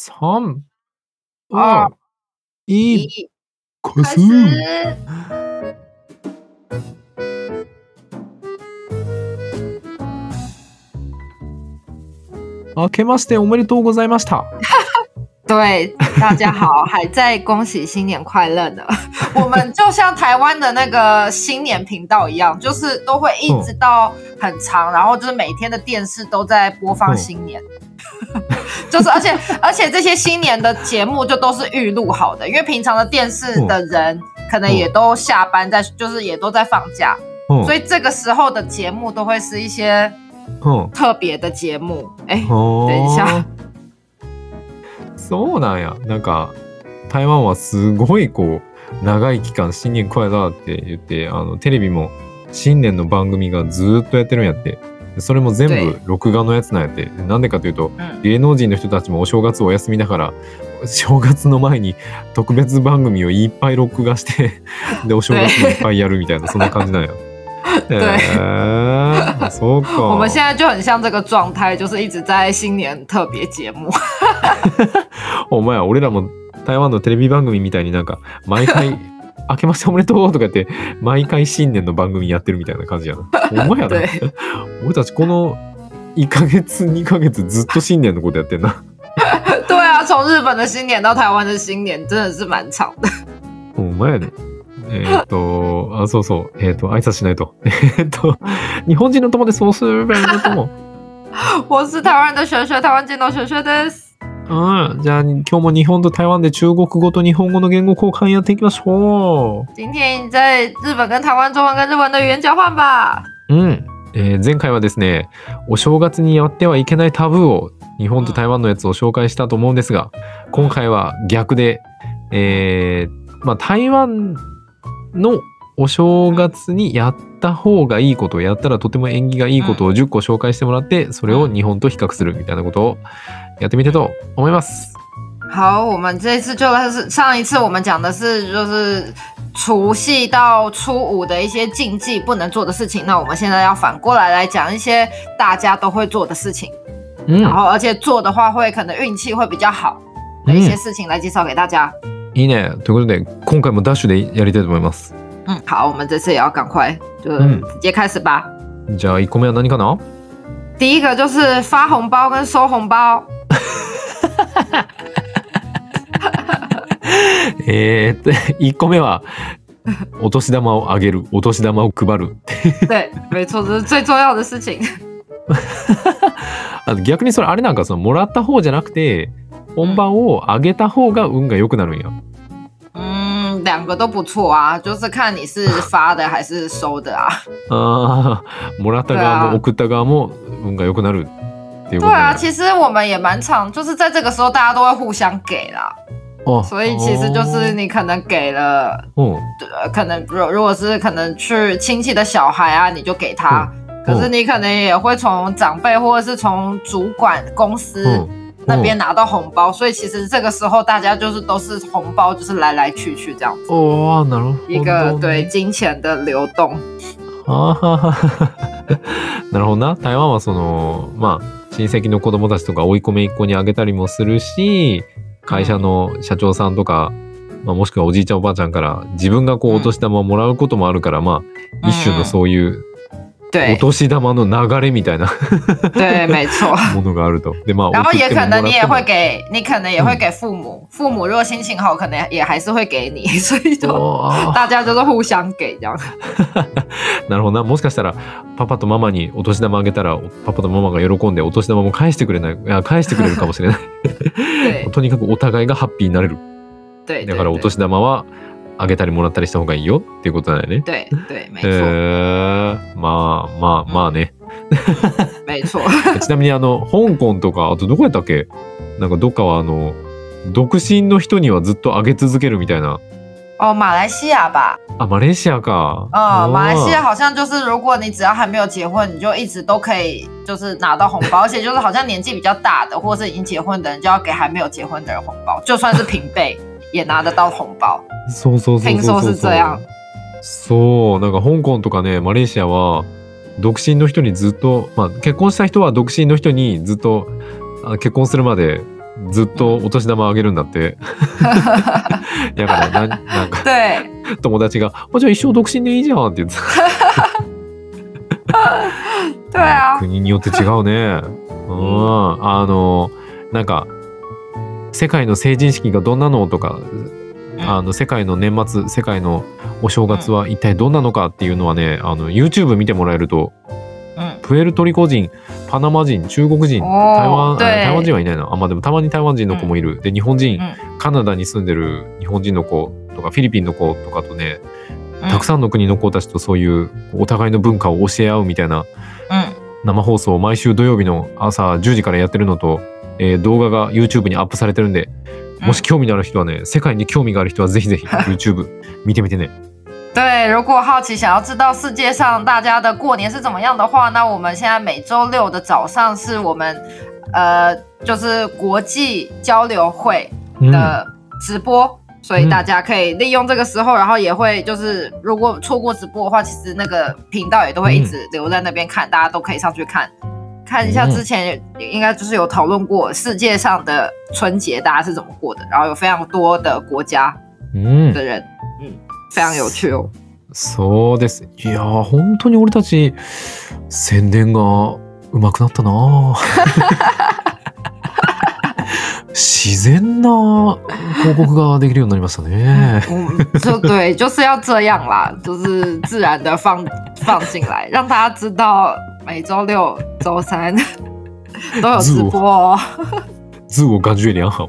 3、 二、 1、 一， 开始。 开始。 明けましておめでとうございました。 对，大家好，还在恭喜新年快乐呢。我们就像台湾的那个新年频道一样，就是都会一直到很长，然后就是每天的电视都在播放新年。就是而且这些新年的节目就都是预录好的，因为平常的电视的人可能也都下班在，就是也都在放假，所以这个时候的节目都会是一些特别的节目。哎，等一下。 そうなんや。なんか台湾はすごいこう長い期間新年快乐って言ってテレビも新年の番組がずっとやってるんやって。それも全部録画のやつなんやって。なんでかというと、芸能人の人たちもお正月お休みだから正月の前に特別番組をいっぱい録画してでお正月にいっぱいやるみたいなそんな感じなんや。 对， そうか。 我们现在就很像这个状态，就是一直在新年特别节目。 お前俺らも台湾のテレビ番組みたいになんか毎回明けましておめでとうとか言って毎回新年の番組やってるみたいな感じやな。お前やな。俺たちこの1ヶ月2ヶ月ずっと新年のことやってんな。 对啊，从日本的新年到台湾的新年真的是蛮长的。 お前やね。そうそう。挨拶しないと。日本人の友です。我是日本人的友。 我是台湾的学学，台湾人の学学です。 じゃあ今日も日本と台湾で中国語と日本語の言語交換やっていきましょう。 今天在日本跟台湾中文跟日文的语言交换吧。 前回はですね、お正月にやってはいけないタブーを日本と台湾のやつを紹介したと思うんですが、今回は逆で、台湾のお正月にやった方がいいことをやったらとても縁起がいいことを10個紹介してもらって、それを日本と比較するみたいなことをやってみたいと思います。 好，我们这次就是上一次我们讲的是就是除夕到初五的一些禁忌不能做的事情，那我们现在要反过来讲一些大家都会做的事情，然后而且做的话会可能运气会比较好的一些事情来介绍给大家。 いいね。ということで今回もダッシュでやりたいと思います。 好，我们这次也要赶快就直接开始吧。 じゃあ1個目は何かな？ 第一个就是发红包跟收红包。 1個目はお年玉をあげる、お年玉を配る。 对，没错，这是最重要的事情。 逆にそれあれなんかそのもらった方じゃなくて本番をあげた方が運が良くなるんや。 两个都不错啊，就是看你是发的还是收的啊。 もらった側も送った側も運が良くなるっていうこと。 对啊，其实我们也蛮常，就是在这个时候大家都会互相给啦。所以其实就是你可能给了，可能如果是可能去亲戚的小孩啊，你就给他。可是你可能也会从长辈或者是从主管公司那边拿到红包，所以其实这个时候大家就是都是红包，就是来来去去这样子。 なるほど。 一个对金钱的流动。 なるほどな。台湾はその親戚の子供たちとか甥いっ子めいっ子にあげたりもするし、会社の社長さんとか、もしくはおじいちゃんおばあちゃんから自分がこうお年玉をもらうこともあるから、一種のそういうお年玉の流れみたいな对，没错。 ものがあると。で然后也可能你也会给，你可能也会给父母，父母如果心情好，可能也还是会给你，所以就大家就是互相给这样。 なるほどな。もしかしたらパパとママにお年玉あげたらパパとママが喜んでお年玉も返してくれるかもしれない。とにかくお互いがハッピーになれる。だからお年玉はあげたりもらったりした方がいいよっていうことだよね。 对对，没错。 まあね。 没错。 ちなみに香港とかあとどこやったっけ？なんかどっかは独身の人にはずっとあげ続けるみたいな。 马来西亚吧。 马来西亚か。 马来西亚好像就是如果你只要还没有结婚，你就一直都可以就是拿到红包，而且就是好像年纪比较大的或是已经结婚的人就要给还没有结婚的人红包，就算是平辈也拿得到红包。 そう。 听说是这样。 そう、なんか香港とかね、マレーシアは独身の人にずっと、結婚した人は独身の人にずっと結婚するまでずっとお年玉あげるんだって。だからなんか对友達が「じゃあ一生独身でいいじゃん」って言って对啊， 国によって違うね。なんか世界の成人式がどんなのとか、世界の年末、世界のお正月は一体どんなのかっていうのはね、YouTube 見てもらえると、プエルトリコ人、パナマ人、中国人、台湾人はいないな。まあでもたまに台湾人の子もいる。で、日本人、カナダに住んでる日本人の子とか、フィリピンの子とかとね、たくさんの国の子たちとそういうお互いの文化を教え合うみたいな生放送を毎週土曜日の朝10時からやってるのと、動画が YouTube にアップされてるんで、もし興味のある人はね、世界に興味がある人はぜひぜひ YouTube 見てみてね。 对，如果好奇想要知道世界上大家的过年是怎么样的话，那我们现在每周六的早上是我们就是国际交流会的直播，所以大家可以利用这个时候，然后也会就是如果错过直播的话，其实那个频道也都会一直留在那边看，大家都可以上去看一下。之前应该就是有讨论过世界上的春节大家是怎么过的，然后有非常多的国家的人，非常有趣哦。 そうです。いやー、本当に俺たち宣伝が上手くなったな。自然な広告ができるようになりましたね。 对，就是要这样啦，就是自然的放进来，让大家知道每周六、周三都有直播哦。 図を感觉良好。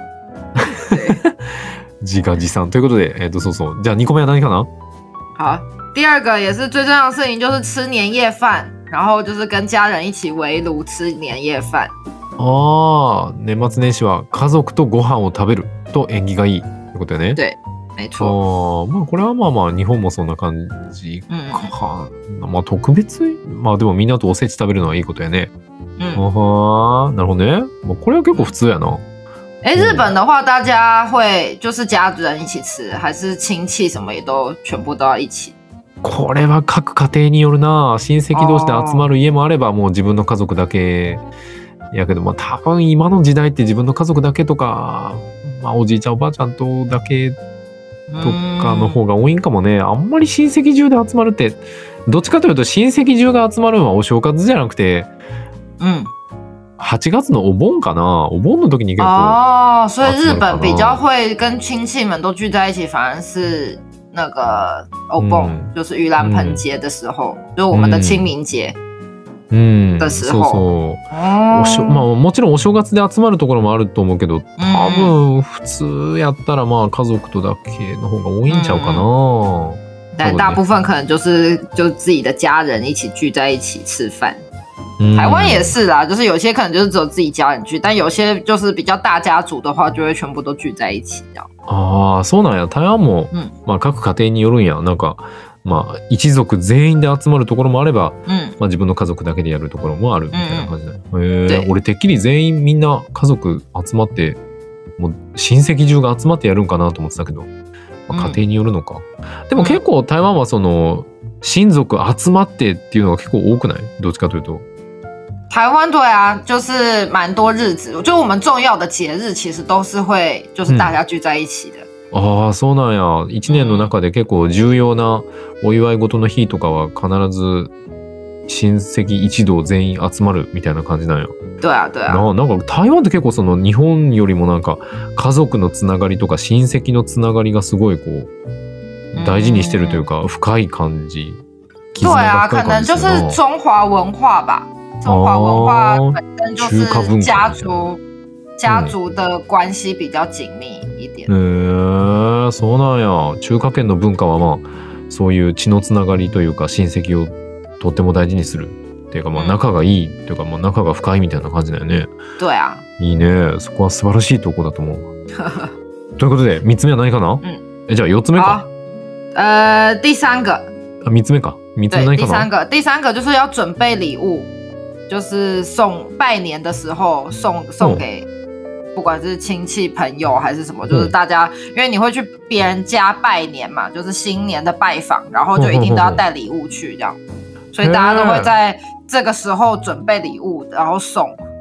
自画自賛ということで、そうそう。じゃあ2個目は何かな？ 好，第二个也是最重要的事情，就是吃年夜饭，然后就是跟家人一起围炉吃年夜饭。 年末年始は家族とご飯を食べると縁起がいいってことよね。 对，没错。 まあこれはまあ日本もそんな感じか。まあ特別、まあでもみんなとおせち食べるのはいいことやね。なるほどね。まあこれは結構普通やな。 日本的话，大家会就是家人一起吃，还是亲戚什么也都全部都要一起？ これは各家庭によるな。親戚同士で集まる家もあれば、もう自分の家族だけやけど、まあ多分今の時代って自分の家族だけとか、まあおじいちゃんおばあちゃんとだけとかの方が多いんかもね。あんまり親戚中で集まるって、どっちかというと親戚中が集まるのはお正月じゃなくて、8月のお盆かな。お盆の時に結構。 所以日本比较会跟亲戚们都聚在一起，反而是那个お盆，就是盂蘭盆节的时候，就是我们的清明节的时候。そうそう。まあもちろんお正月で集まるところもあると思うけど、多分普通やったらまあ家族とだけの方が多いんちゃうかな。 但大部分可能就是自己的家人一起聚在一起吃饭。台湾也是啦，就是有些可能就是只有自己家人聚，但有些就是比较大家族的话，就会全部都聚在一起这样。 そうなんや。台湾も、まあ各家庭によるんや。なんかまあ一族全員で集まるところもあれば、まあ自分の家族だけでやるところもあるみたいな感じだ。俺てっきり全員みんな家族集まって、もう親戚中が集まってやるんかなと思ってたけど、まあ、家庭によるのか。でも結構台湾はその親族集まってっていうのが結構多くない？どっちかというと。 台湾对啊，就是蛮多日子，就我们重要的节日其实都是会就是大家聚在一起的。 そうなんや。一年の中で結構重要なお祝い事の日とかは必ず親戚一同全員集まるみたいな感じなんや。 对啊对啊。 なんか台湾って結構その日本よりもなんか家族のつながりとか親戚のつながりがすごいこう大事にしてるというか深い感じ。 对啊，可能就是中华文化吧。中华文化本身就是家族的关系比较紧密一点。 そうなんや。中華圏の文化はまあそういう血のつながりというか親戚をとっても大事にするっていうか、まあ仲がいいというか、まあ仲が深いみたいな感じだよね。 对啊。 いいね。そこは素晴らしいとこだと思う。ということで3つ目は何かな？じゃあ4つ目か。 第三个。 3つ目か。3つ目何かな？ 第三个就是要准备礼物。就是拜年的时候送给不管是亲戚朋友还是什么，就是大家因为你会去别人家拜年嘛，就是新年的拜访，然后就一定都要带礼物去这样，所以大家都会在这个时候准备礼物，然后送，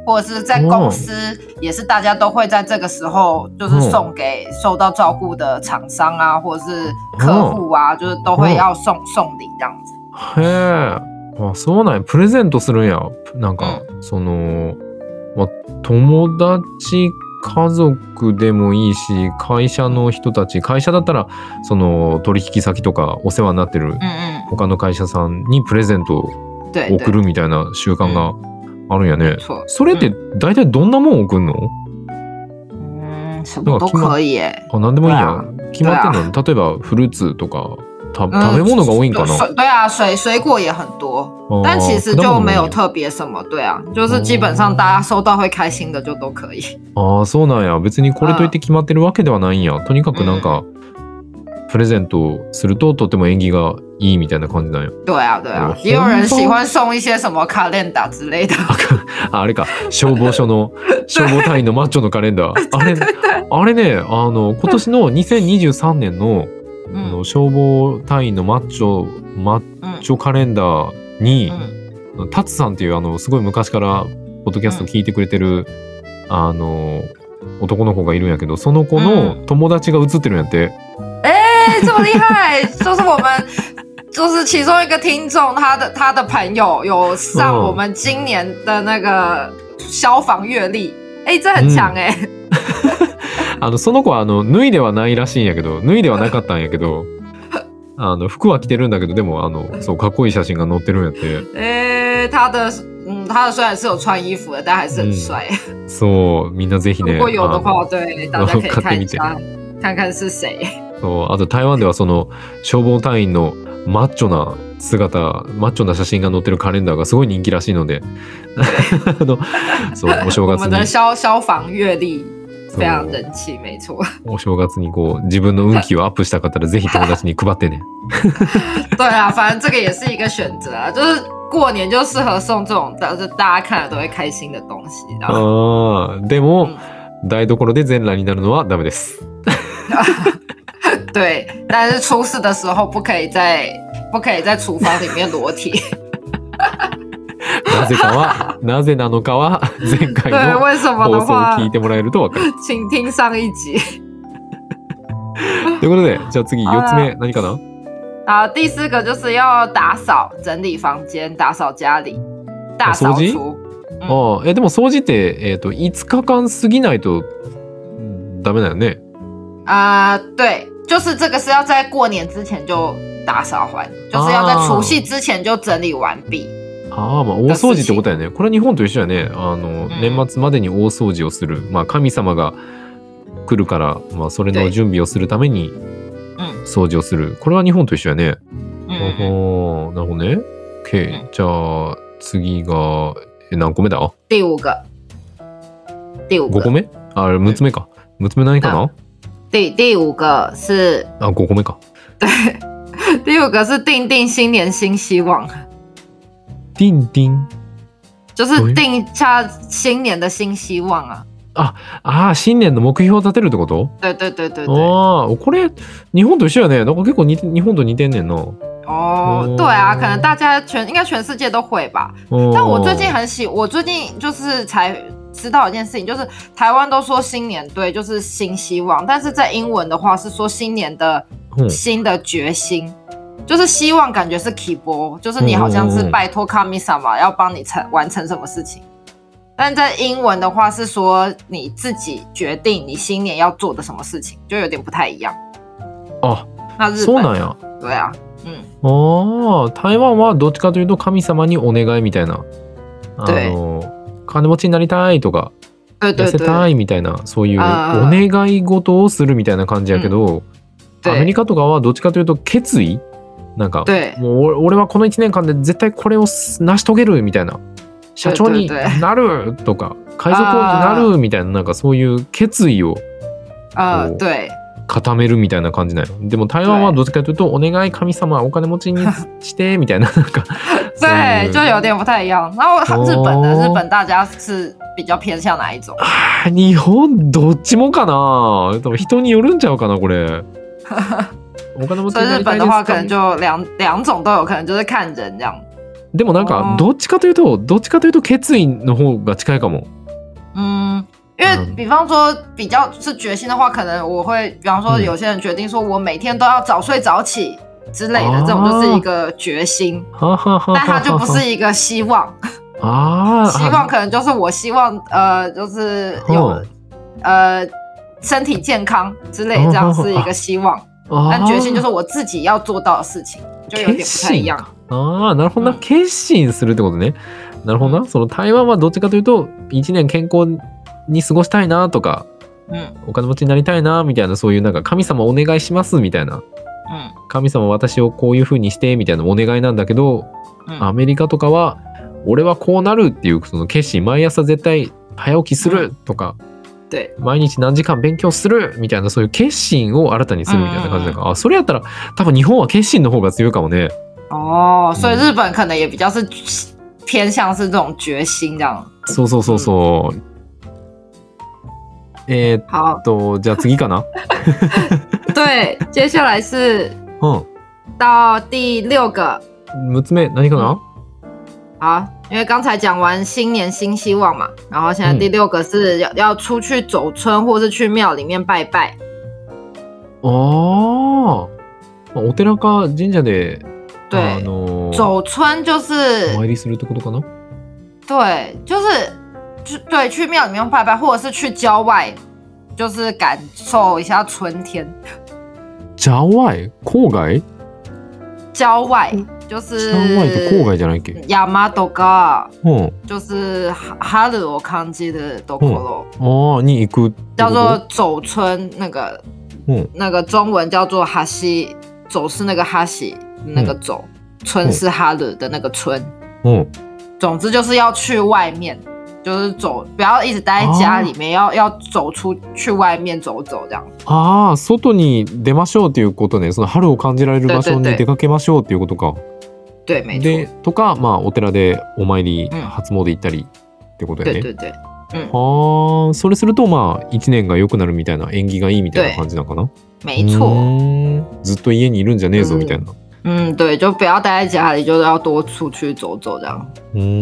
或者是在公司也是大家都会在这个时候就是送给受到照顾的厂商啊，或者是客户啊，就是都会要送礼这样子。 へえ。あ、そうなんや。プレゼントするんや。なんか、その、まあ、友達、家族でもいいし、会社の人たち、会社だったらその取引先とかお世話になってる他の会社さんにプレゼントを送るみたいな習慣があるんやね。それって大体どんなもん送るの？ 什么都可以耶。 あ、なんでもいいや。決まってんの？例えばフルーツとか食べ物が多いんかな？ 对啊，水果也很多，但其实就没有特别什么。对啊，就是基本上大家收到会开心的就都可以。 ああ、そうなんや。別にこれといって決まってるわけではないんや。とにかくなんか、プレゼントをするととても縁起がいいみたいな感じなんや。 对啊，对啊，也有人喜欢送一些什么カレンダー之类的。 あれか、消防署の消防隊員のマッチョのカレンダー。あれね、今年の2023年の消防隊員のマッチョカレンダーに、タツさんっていうすごい昔からポッドキャスト聞いてくれてる男の子がいるんやけど、その子の友達が写ってるんやって。 这么厉害！就是我们，就是其中一个听众，他的朋友有上我们今年的那个消防阅历，这很强その子は脱いではないらしいんやけど、脱いではなかったんやけど、服は着てるんだけど、でもそうかっこいい写真が載ってるんやって。 他的虽然是有穿衣服的，但还是很帅。 そう、みんなぜひね。 如果有的话，对，大家可以看一下，看看是谁。 そう、あと台湾ではその消防隊員のマッチョな姿、マッチョな写真が載ってるカレンダーがすごい人気らしいので、そう、お正月に。 我们的消防阅历非常人气，没错。 お正月にこう自分の運気をアップしたかったらぜひ友達に配ってね。 对啊，反正这个也是一个选择啊，就是过年就适合送这种大家看了都会开心的东西。 ああ、でも、台所で全裸になるのはダメです。 对，但是出事的时候不可以在厨房里面裸体。 なぜなのかは前回の放送を聞いてもらえると分かる。 请听上一集。 ということで、じゃあ次4つ目何かな？ 第4个就是要打扫、整理房间、打掃家里、大扫除。 でも掃除って5日間過ぎないとダメだよね。 对，就是这个是要在过年之前就打扫完，就是要在除夕之前就整理完毕。 まあ大掃除ってことだよね。これは日本と一緒やね。年末までに大掃除をする。まあ神様が来るから、まあそれの準備をするために掃除をする。これは日本と一緒やね。なるほどね。OK。じゃあ次が何個目だ？ 第5个。 5個目？6つ目か。6つ目何かな？ 第5个是 5個目か。 对，第5个是定新年新希望。 定就是定下新年的新希望啊。 新年の目標を立てるってこと？ 对。 これ日本と一緒やね。なんか結構日本と似てんねんな。 对啊，可能大家应该全世界都会吧。但我最近就是才知道一件事情，就是台湾都说新年对，就是新希望，但是在英文的话是说新年的新的决心。就是希望感觉是希望，就是你好像是拜托神様要帮你完成什么事情，但在英文的话是说你自己决定你新年要做的什么事情，就有点不太一样。那日本そうなんや。 对啊， 台湾はどっちかというと神様にお願いみたいな、金持ちになりたいとか痩せたいみたいな、そういうお願い事をするみたいな感じやけど、アメリカとかはどっちかというと決意。なんかもう俺はこの1年間で絶対これを成し遂げるみたいな、社長になるとか海賊王になるみたいな、なんかそういう決意を固めるみたいな感じなの。でも台湾はどっちかというとお願い神様お金持ちにしてみたいななんか对，就有点不太一样。然后日本大家是比较偏向哪一种？ 日本どっちもかな。人によるんちゃうかなこれ。 所以日本的话可能就两种都有可能，就是看人这样。 でもなんかどっちかというと決意の方が近いかも。 因为比方说比较是决心的话，可能我会，比方说有些人决定说我每天都要早睡早起之类的，这种就是一个决心，但它就不是一个希望。希望可能就是我希望就是有身体健康之类，这样是一个希望。但决心就是我自己要做到的事情，就有点不太一样。 なるほどな、決心するってことね。なるほどな。その台湾はどっちかというと1年健康に過ごしたいなとか、お金持ちになりたいなみたいな、そういうなんか神様お願いしますみたいな、神様私をこういう風にしてみたいなお願いなんだけど、アメリカとかは俺はこうなるっていうその決心、毎朝絶対早起きするとか、毎日何時間勉強するみたいな、そういう決心を新たにするみたいな感じだから、それやったら多分日本は決心の方が強いかもね。 所以日本可能也比较是偏向是这种决心这样。 そうそうそうそう。じゃあ次かな。 对，接下来是到第6个。 6つ目何かな？ 好，因为刚才讲完新年新希望嘛，然后现在第6个是要出去走村或是去庙里面拜拜。 お寺か神社で。 对，走村就是お参りするってことかな？ 对，对，去庙里面拜拜，或者是去郊外，就是感受一下春天。 郊外？郊外？ 郊外就是郊外って郊外じゃないっけ？ 山とか、就是春を感じるところ。 に行く。 叫做走村，那个中文叫做哈西，走是那个哈西。那个走，村是哈鲁的那个村。总之就是要去外面，就是走，不要一直待在家里面，要走出去外面走走这样。 外に出ましょうっていうことね。その春を感じられる場所に出かけましょうっていうことか。 对，没错。 でとか、お寺でお参り、初詣行ったりってことやね。 对。 それすると1年が良くなるみたいな、縁起がいいみたいな感じなのかな。 没错。 ずっと家にいるんじゃねえぞみたいな。 对，就不要待在家里，就是要多出去走走这样。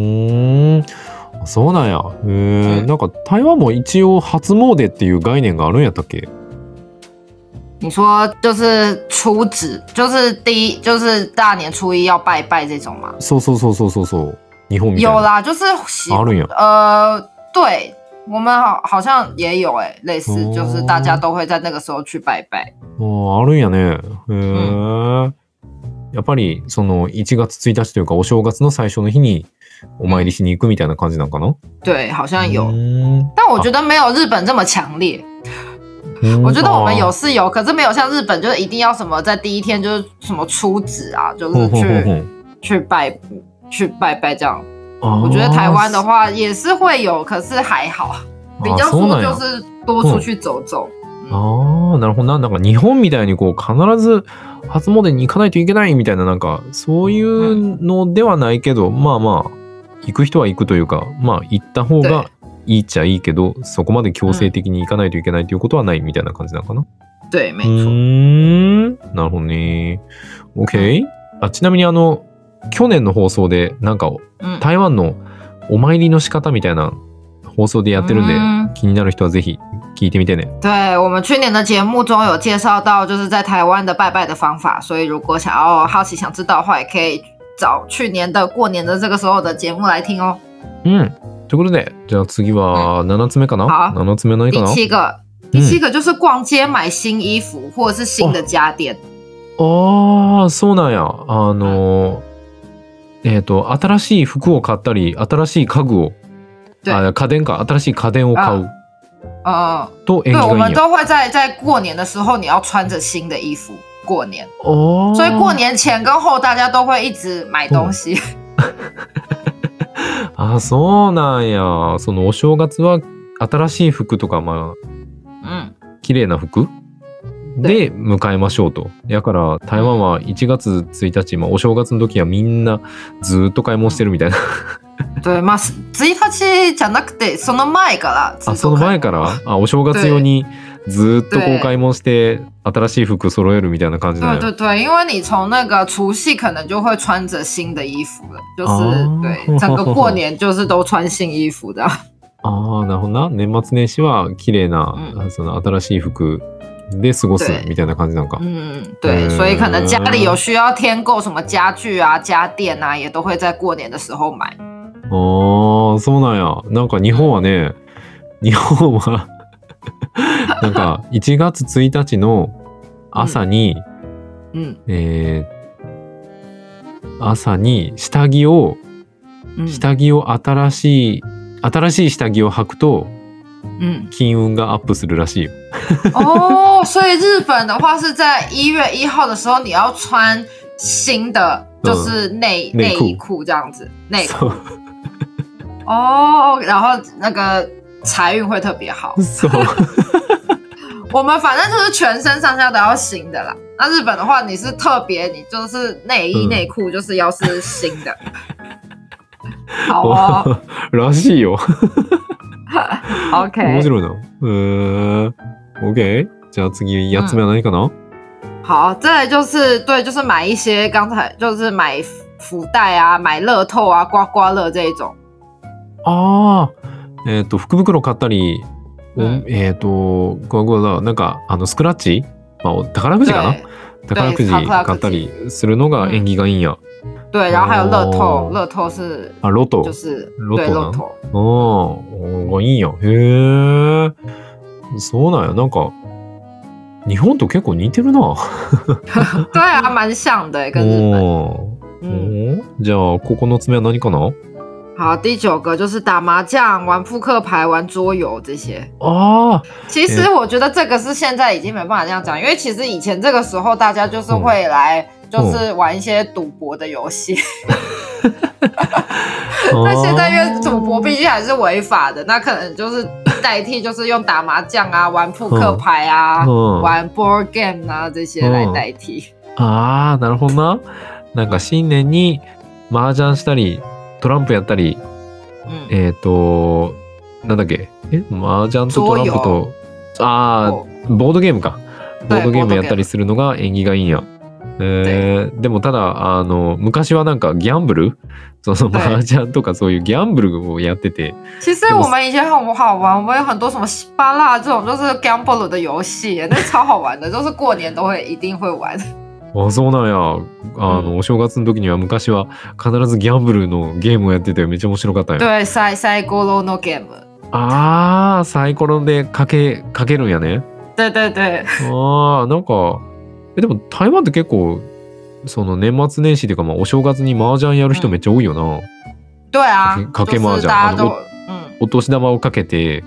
そうなんや。なんか台湾も一応初詣っていう概念があるんやったっけ？ 你说就是初詣，就是大年初一要拜拜这种吗？ そう。日本みたいな。 有啦，就是あるんや。 对，我们好像也有类似，就是大家都会在那个时候去拜拜。 あるんやね。やっぱりその1月1日というかお正月の最初の日にお参りしに行くみたいな感じなんかな？ 对，好像有。但我觉得没有日本这么强烈。我觉得我们有是有，可是没有像日本，就是一定要什么在第一天就是什么初詣啊，就是去拜拜这样。我觉得台湾的话也是会有，可是还好，比较说就是多出去走走。 なるほどな。なんか日本みたいにこう必ず初詣に行かないといけないみたいな、なんかそういうのではないけど、行く人は行くというか、行った方がいいっちゃいいけど、そこまで強制的に行かないといけないということはないみたいな感じなのかな。 对，没错。 なるほどね。OK。ちなみに去年の放送でなんか台湾のお参りの仕方みたいな放送でやってるんで、気になる人はぜひ聞いてみてね。 对，我们去年的节目中有介绍到，就是在台湾的拜拜的方法，所以如果好奇想知道的话，也可以找去年的过年的这个时候的节目来听哦。 ということで、じゃあ次は7つ目かな。7つ目何かな。 第七个就是逛街買新衣服或者是新的家電。 そうなんや。新しい服を買ったり、新しい家具を、家電か、新しい家電を買う。と縁起がいいんや。 对，我们都会在过年的时候，你要穿着新的衣服过年。所以过年前跟后，大家都会一直买东西。 そうなんや。そのお正月は新しい服とか綺麗な服で迎えましょうと。だから台湾は1月1日、お正月の時はみんなずっと買い物してるみたいな。 对、1日じゃなくてその前から。 その前からお正月用にずっとこう買い物して新しい服揃えるみたいな感じだよ。 对对对，因为你从那个除夕可能就会穿着新的衣服了，就是对整个过年就是都穿新衣服的。 ああ、なるほどな。年末年始は綺麗な、その新しい服で過ごすみたいな感じなんか。 对，所以可能家里有需要添购什么家具啊、家電啊，也都会在过年的时候买。 ああ、そうなんや。なんか日本はね、日本はなんか1月1日の朝に、朝に下着を新しい下着を履くと、金運がアップするらしいよ。 哦，所以日本的话是在1月1号的时候，你要穿新的，就是内衣裤这样子，内裤。哦，然后那个财运会特别好。我们反正就是全身上下都要新的啦。那日本的话，你是特別，你就是内衣内裤就是要是新的。好哦。 らしいよ。 OK。 面白いな。OK。じゃあ次8つ目は何かな？ 好，再来就是对，就是买一些刚才就是买福袋啊、买乐透啊、刮刮乐这一种。 ああ、福袋買ったり、なんかスクラッチ、宝くじかな？宝くじ買ったりするのが縁起がいいんや。 对，然后还有乐透，乐透是ロト就是对乐透。 いいんや。へえ、そうなんや。なんか日本と結構似てるな。 对啊，蛮像的跟日本。 じゃあ9つ目は何かな？ 好，第9个就是打麻将、玩扑克牌、玩桌游这些。其实我觉得这个是现在已经没办法这样讲，因为其实以前这个时候大家就是会来就是玩一些赌博的游戏。但现在因为赌博毕竟还是违法的，那可能就是代替就是用打麻将啊、玩扑克牌啊、玩 board game 啊这些来代替。 なるほどな。なんか新年に麻雀したりトランプやったり、なんだっけ、麻雀とトランプとボードゲームか。ボードゲームやったりするのが縁起がいいんや。でもただ昔はなんかギャンブル、その麻雀とかそういうギャンブルをやってて。 其实我们以前很好玩，我们有很多什么西巴拉这种就是 gamble 的游戏，那超好玩的，就是过年都会一定会玩。 そうなんや。お正月の時には昔は必ずギャンブルのゲームをやっててめっちゃ面白かったんや。 对、サイコロのゲーム。 サイコロでかけるんやね。 对对对。 なんかでも台湾って結構その年末年始っていうかお正月に麻雀やる人めっちゃ多いよな。 对啊。 かけ麻雀。お年玉をかけて。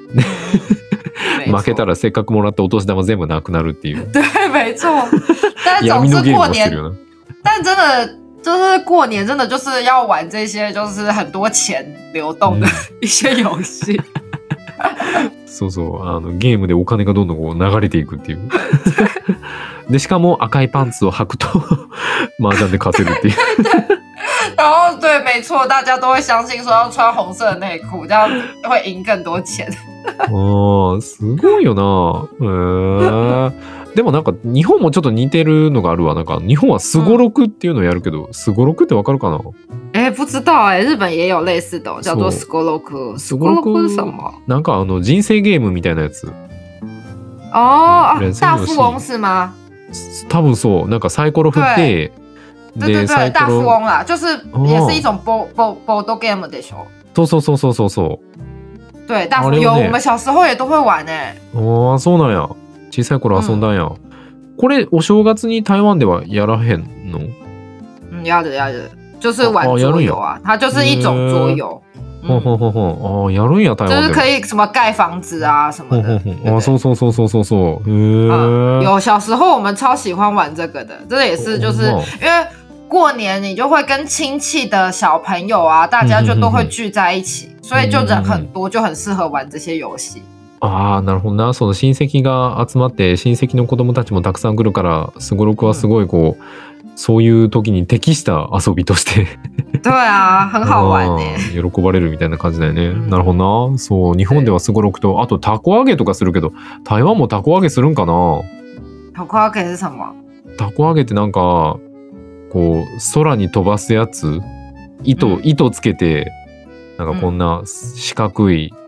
負けたらせっかくもらったお年玉全部なくなるっていう。 对，没错。但总之过年，但真的就是过年，真的就是要玩这些，就是很多钱流动的一些游戏。 そうそうゲームでお金がどんどんこう流れていくっていう。でしかも赤いパンツを履くと麻雀で勝てるっていう。 然后对，没错，大家都会相信说要穿红色的内裤，这样会赢更多钱。 すごいよな。でもなんか日本もちょっと似てるのがあるわ。なんか日本はすごろくっていうのをやるけど、すごろくってわかるかな？ 不知道日本也有类似的，叫做すごろく。すごろく是什么？ なんか人生ゲームみたいなやつ。 大富翁是吗？ 多分そう。なんかサイコロ振って。 对，大富翁啦，就是也是一种 board game でしょ。 そう。 对，大富翁我们小时候也都会玩ね。 そうなんや。小さい頃遊んだんや。これお正月に台湾ではやらへんの？ やる。就是玩桌游啊，它就是一种桌游。 やるんや台湾で。 就是可以什么盖房子啊什么的。 そう。 有小时候我们超喜欢玩这个的，这也是就是因为过年你就会跟亲戚的小朋友啊，大家就都会聚在一起，所以就人很多，就很适合玩这些游戏。 なるほどな。その親戚が集まって親戚の子供たちもたくさん来るからすごろくはすごいこうそういう時に適した遊びとして对啊，很好玩ね。 喜ばれるみたいな感じだよね。 うんなるほどな。そう、日本ではすごろくと、あとたこ揚げとかするけど、台湾もたこ揚げするんかな。 たこ揚げ是什么？ たこ揚げってなんか、こう、空に飛ばすやつ、糸つけて、なんかこんな四角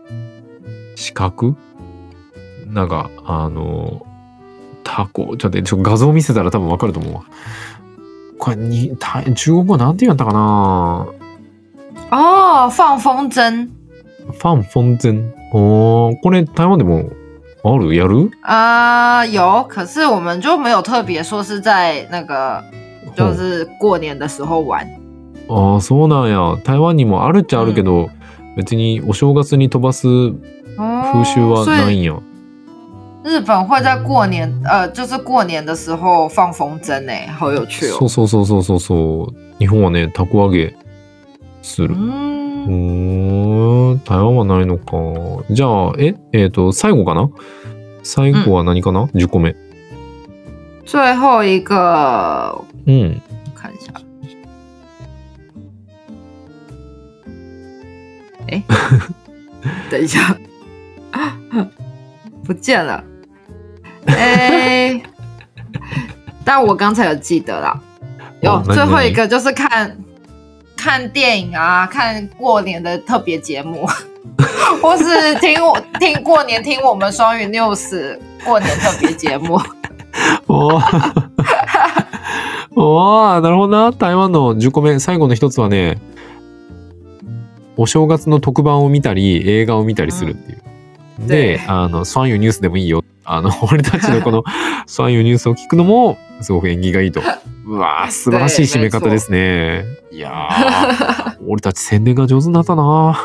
なんか、タコ、ちょっと画像見せたら多分わかると思うわ。これ中国語なんて言うんだったかな。 哦，放风筝。 放风筝。これ台湾でもある？やる？ 有，可是我们就没有特别说是在那个，就是过年的时候玩。 そうなんや。台湾にもあるっちゃあるけど、別にお正月に飛ばす風習はないんや。 日本会在过年，就是过年的时候放风筝ね，好有趣哦。 そう。日本はね、たこ揚げする。台湾はないのか。じゃあ、最後かな？最後は何かな？10個目。 最後一个，看一下。等一下，不见了。但我刚才有记得啦，有最后一个就是看电影啊，看过年的特别节目，或是听过年听我们双语 news 过年特别节目。 なるほどな。台湾の10個目、最後の一つはね、お正月の特番を見たり映画を見たりするっていう。で、双語ニュースでもいいよ。俺たちのこの双語ニュースを聞くのもすごく縁起がいいと。うわー、素晴らしい締め方ですね。いやー、俺たち宣伝が上手になったな。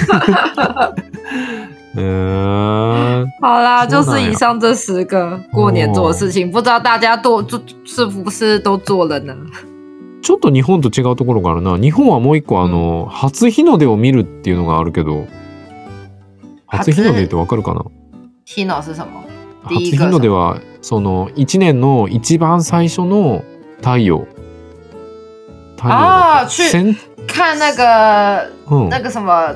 好啦，就是以上这10个过年做的事情，不知道大家是不是都做了呢？ ちょっと日本と違うところがあるな。日本はもう一個初日の出を見るっていうのがあるけど、初日の出ってわかるかな？ 日の是什么？ 初日の出はその1年の一番最初の太陽。 去看那个那个什么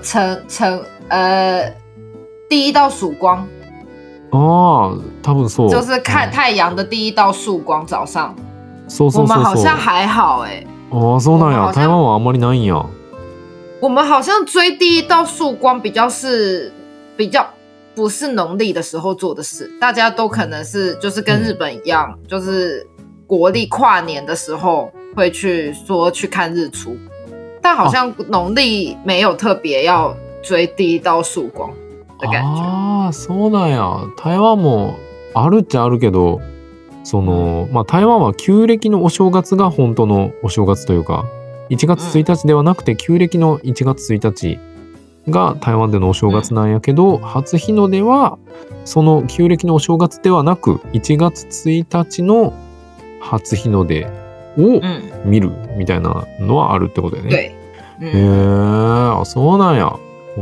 第一道曙光。 多分そう。 就是看太阳的第一道曙光，早上。 そう。 我们好像还好そうなんや。台湾はあんまりないんや。 我们好像追第一道曙光比较不是农历的时候做的事，大家都可能是就是跟日本一样，就是国历跨年的时候会去看日出，但好像农历没有特别要追第一道曙光的感觉。 そうなんや。台湾もあるっちゃあるけど、台湾は旧暦のお正月が本当のお正月というか、1月1日ではなくて旧暦の1月1日が台湾でのお正月なんやけど、初日の出はその旧暦のお正月ではなく1月1日の初日の出を見るみたいなのはあるってことだよね。そうなんや。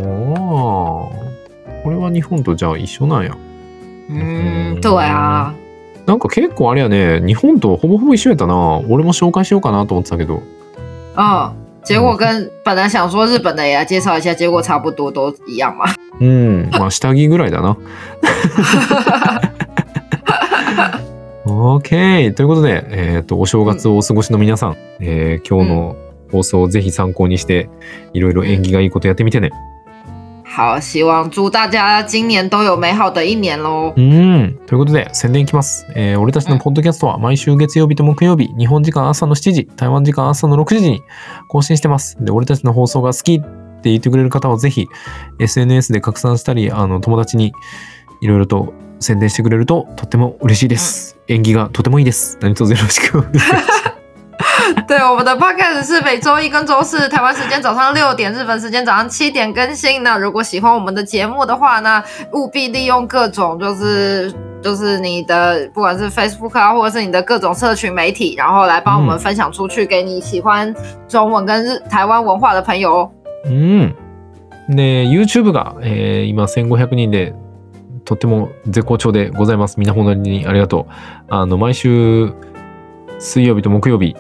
これは日本とじゃあ一緒なんや。 对啊。 なんか結構あれやね、日本とほぼほぼ一緒やったな。俺も紹介しようかなと思ってたけど。 结果本来想说日本的也来介绍一下，结果差不多都一样嘛。 下着ぐらいだな。OK。ということで、お正月をお過ごしの皆さん、今日の放送をぜひ参考にして、いろいろ縁起がいいことやってみてね。 好，希望祝大家今年都有美好的一年咯。 ということで宣伝いきます。俺たちのポッドキャストは毎週月曜日と木曜日、日本時間朝の7時、台湾時間朝の6時に更新してます。で、俺たちの放送が好きって言ってくれる方はぜひ SNS で拡散したり、友達にいろいろと宣伝してくれるととっても嬉しいです。縁起がとてもいいです。何卒よろしくお願いします。 对，我们的 podcast 是每周一跟周四台湾时间早上6点，日本时间早上7点更新。那如果喜欢我们的节目的话呢，务必利用各种就是你的不管是 Facebook 啊，或者是你的各种社群媒体，然后来帮我们分享出去给你喜欢中文跟台湾文化的朋友。 で、YouTube が、今1500人でとっても絶好調でございます。みんな本当にありがとう。毎週水曜日と木曜日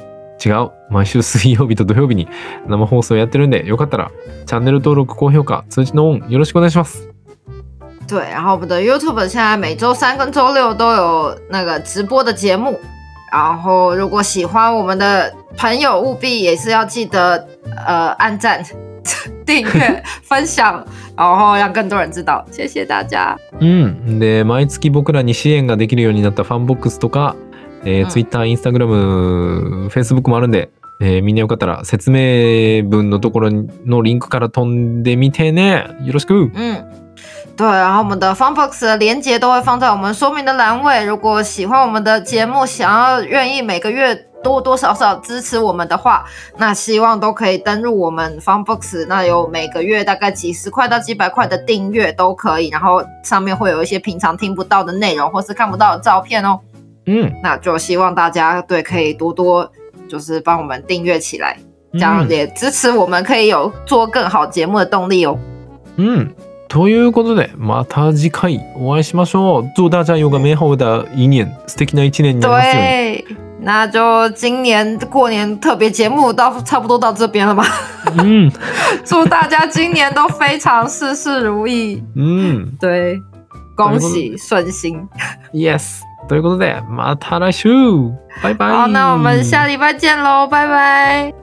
違う。毎週水曜日と土曜日に生放送やってるんで、よかったらチャンネル登録、高評価、通知のオンよろしくお願いします。 对，然后我们的 YouTube 现在每周3跟周6都有那个直播的节目，然后如果喜欢我们的朋友，务必也是要记得按赞、订阅、分享，然后让更多人知道。谢谢大家。 で、毎月僕らに支援ができるようになったファンボックスとか、Twitter、Instagram、Facebook もあるんで、みんなよかったら説明文のところのリンクから飛んでみてね。よろしく。 对，然后我们的 Funbox 的连结都会放在我们说明的栏位。如果喜欢我们的节目，想要愿意每个月多多少少支持我们的话，那希望都可以登入我们 Funbox。那有每个月大概几十块到几百块的订阅都可以，然后上面会有一些平常听不到的内容或是看不到的照片哦。那就希望大家对可以多多就是帮我们订阅起来，这样也支持我们可以有做更好节目的动力哦。 ということで、また次回お会いしましょう。祝大家有个美好的一年，素敵な一年になりますように。 对，那就今年过年特别节目差不多到这边了吧？祝大家今年都非常事事如意。对，恭喜顺心。 Yes。ということで、また来週。バイバイ。 好，那我们下礼拜见喽，拜拜。